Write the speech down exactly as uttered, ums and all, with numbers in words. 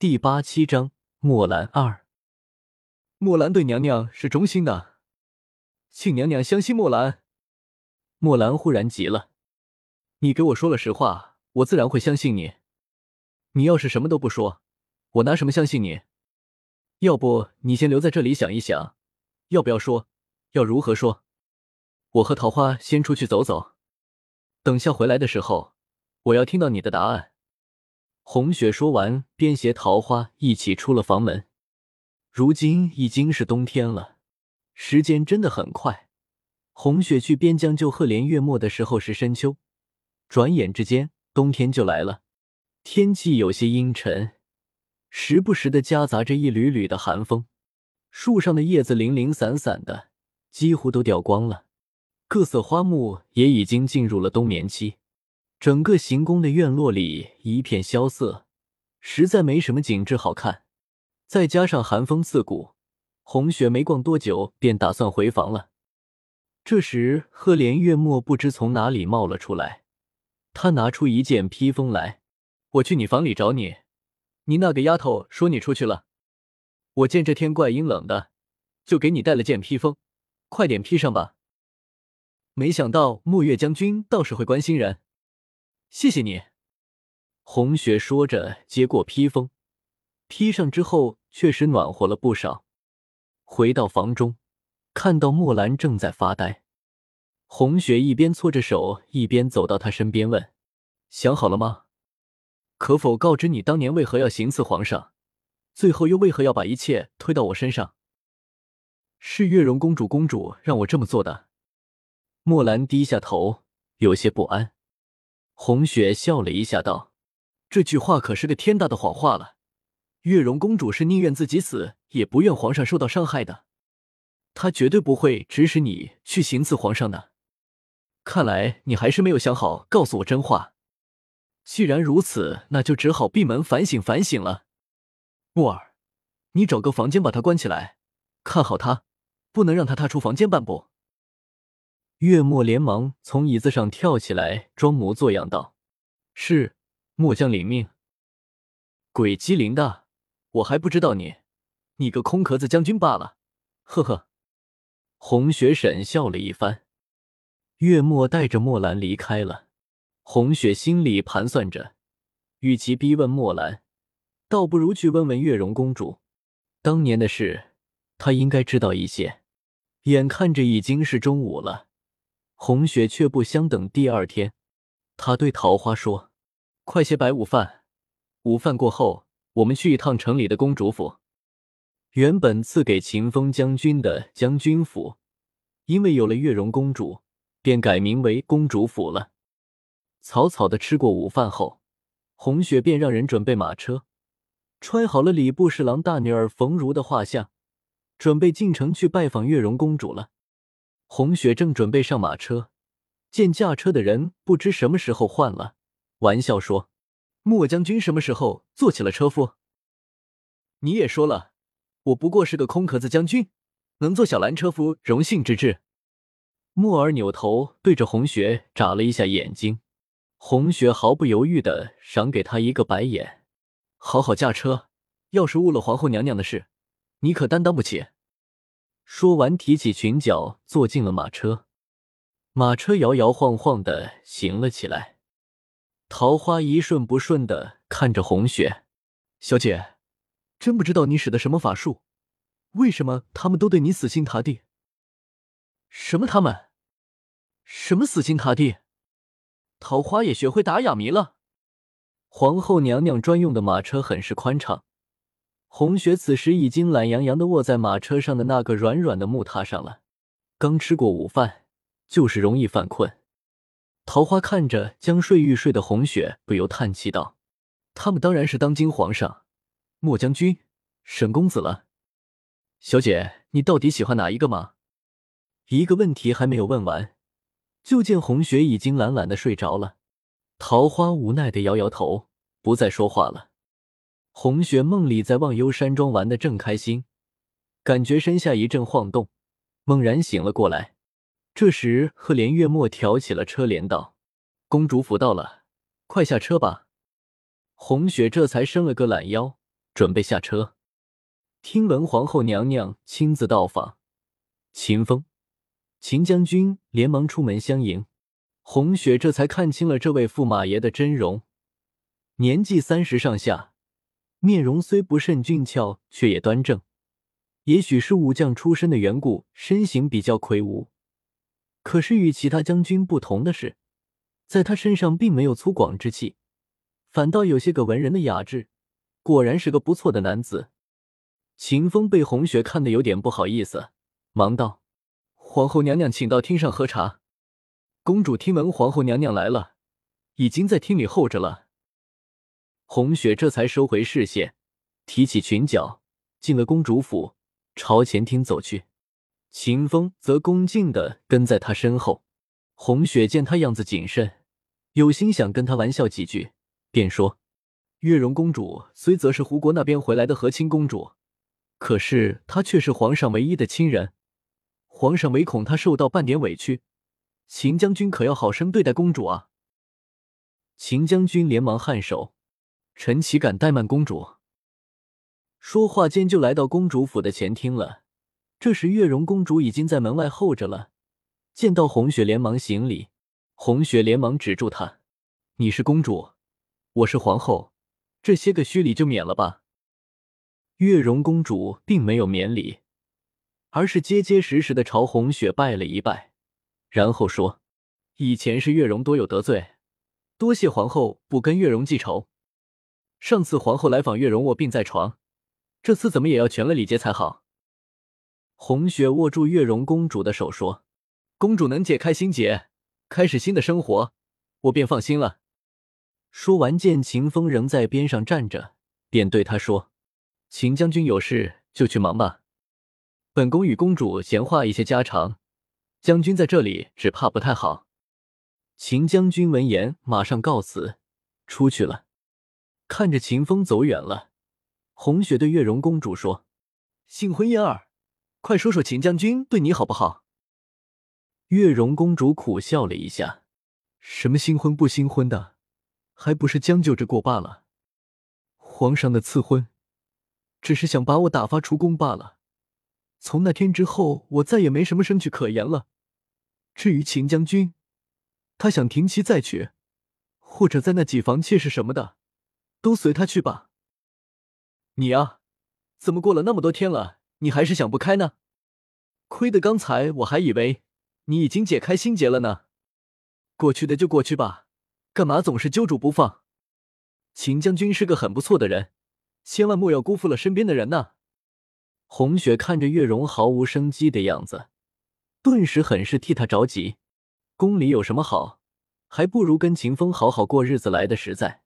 第八七章墨兰二。墨兰对娘娘是忠心的，请娘娘相信墨兰。墨兰忽然急了，你给我说了实话，我自然会相信你。你要是什么都不说，我拿什么相信你？要不你先留在这里想一想，要不要说，要如何说？我和桃花先出去走走，等下回来的时候，我要听到你的答案。红雪说完，便携桃花一起出了房门。如今已经是冬天了，时间真的很快。红雪去边疆救赫连月末的时候是深秋，转眼之间冬天就来了。天气有些阴沉，时不时的夹杂着一缕缕的寒风，树上的叶子零零散散的，几乎都掉光了。各色花木也已经进入了冬眠期。整个行宫的院落里一片萧瑟，实在没什么景致好看。再加上寒风刺骨，红雪没逛多久便打算回房了。这时赫连月末不知从哪里冒了出来，他拿出一件披风来，我去你房里找你，你那个丫头说你出去了，我见这天怪阴冷的，就给你带了件披风，快点披上吧。没想到墨月将军倒是会关心人，谢谢你。红雪说着接过披风，披上之后确实暖和了不少。回到房中，看到墨兰正在发呆，红雪一边搓着手，一边走到她身边问，想好了吗？可否告知你当年为何要行刺皇上，最后又为何要把一切推到我身上？是月容公主公主让我这么做的。墨兰低下头，有些不安。红雪笑了一下道，这句话可是个天大的谎话了。月容公主是宁愿自己死，也不愿皇上受到伤害的，她绝对不会指使你去行刺皇上的。看来你还是没有想好告诉我真话。既然如此，那就只好闭门反省反省了。墨儿，你找个房间把她关起来，看好她，不能让她踏出房间半步。月末连忙从椅子上跳起来，装模作样道，是，末将领命。鬼机灵的，我还不知道你，你个空壳子将军罢了，呵呵。红雪沈笑了一番。月末带着墨兰离开了。红雪心里盘算着，与其逼问墨兰，倒不如去问问月容公主。当年的事，她应该知道一些。眼看着已经是中午了，红雪却不相等第二天，她对桃花说，快些摆午饭，午饭过后我们去一趟城里的公主府。原本赐给秦风将军的将军府，因为有了月容公主，便改名为公主府了。草草的吃过午饭后，红雪便让人准备马车，揣好了礼部侍郎大女儿冯如的画像，准备进城去拜访月容公主了。红雪正准备上马车，见驾车的人不知什么时候换了，玩笑说，莫将军什么时候做起了车夫？你也说了，我不过是个空壳子将军，能做小蓝车夫荣幸之至。莫儿扭头对着红雪眨了一下眼睛，红雪毫不犹豫地赏给他一个白眼，好好驾车，要是误了皇后娘娘的事，你可担当不起。说完提起裙角坐进了马车，马车摇摇晃晃地行了起来。桃花一顺不顺地看着红雪，小姐，真不知道你使的什么法术，为什么他们都对你死心塌地？什么他们？什么死心塌地？桃花也学会打哑谜了。皇后娘娘专用的马车很是宽敞，红雪此时已经懒洋洋地卧在马车上的那个软软的木榻上了。刚吃过午饭，就是容易犯困。桃花看着将睡欲睡的红雪，不由叹气道，他们当然是当今皇上、莫将军、沈公子了。小姐，你到底喜欢哪一个吗？一个问题还没有问完，就见红雪已经懒懒地睡着了。桃花无奈地摇摇头，不再说话了。红雪梦里在忘忧山庄玩得正开心，感觉身下一阵晃动，猛然醒了过来。这时赫连月末挑起了车帘道，公主府到了，快下车吧。红雪这才伸了个懒腰， 准备下车。听闻皇后娘娘亲自到访，秦风、秦将军连忙出门相迎。红雪这才看清了这位驸马爷的真容，年纪三十上下，面容虽不甚俊俏，却也端正。也许是武将出身的缘故，身形比较魁梧。可是与其他将军不同的是，在他身上并没有粗犷之气，反倒有些个文人的雅致，果然是个不错的男子。秦风被红雪看得有点不好意思，忙道：皇后娘娘请到厅上喝茶。公主听闻皇后娘娘来了，已经在厅里候着了。红雪这才收回视线，提起裙角，进了公主府，朝前厅走去。秦风则恭敬地跟在她身后。红雪见他样子谨慎，有心想跟他玩笑几句，便说：月容公主虽则是胡国那边回来的和亲公主，可是她却是皇上唯一的亲人，皇上唯恐她受到半点委屈，秦将军可要好生对待公主啊。秦将军连忙颔首：臣岂敢怠慢公主。说话间就来到公主府的前厅了。这时月容公主已经在门外候着了，见到红雪连忙行礼。红雪连忙止住她：你是公主，我是皇后，这些个虚礼就免了吧。月容公主并没有免礼，而是结结实实的朝红雪拜了一拜，然后说：以前是月容多有得罪，多谢皇后不跟月容记仇。上次皇后来访，月容卧病在床，这次怎么也要全了礼节才好。红雪握住月容公主的手说：公主能解开心结，开始新的生活，我便放心了。说完见秦风仍在边上站着，便对他说：秦将军有事就去忙吧，本宫与公主闲话一些家常，将军在这里只怕不太好。秦将军闻言马上告辞出去了。看着秦风走远了，红雪对月容公主说：新婚燕尔，快说说秦将军对你好不好。月容公主苦笑了一下：什么新婚不新婚的，还不是将就着过罢了。皇上的赐婚只是想把我打发出宫罢了，从那天之后我再也没什么生趣可言了。至于秦将军，他想停妻再娶，或者在那几房妾室什么的，都随他去吧。你啊，怎么过了那么多天了，你还是想不开呢？亏得刚才我还以为你已经解开心结了呢。过去的就过去吧，干嘛总是揪住不放？秦将军是个很不错的人，千万莫要辜负了身边的人呐。红雪看着月容毫无生机的样子，顿时很是替他着急。宫里有什么好，还不如跟秦风好好过日子来的实在。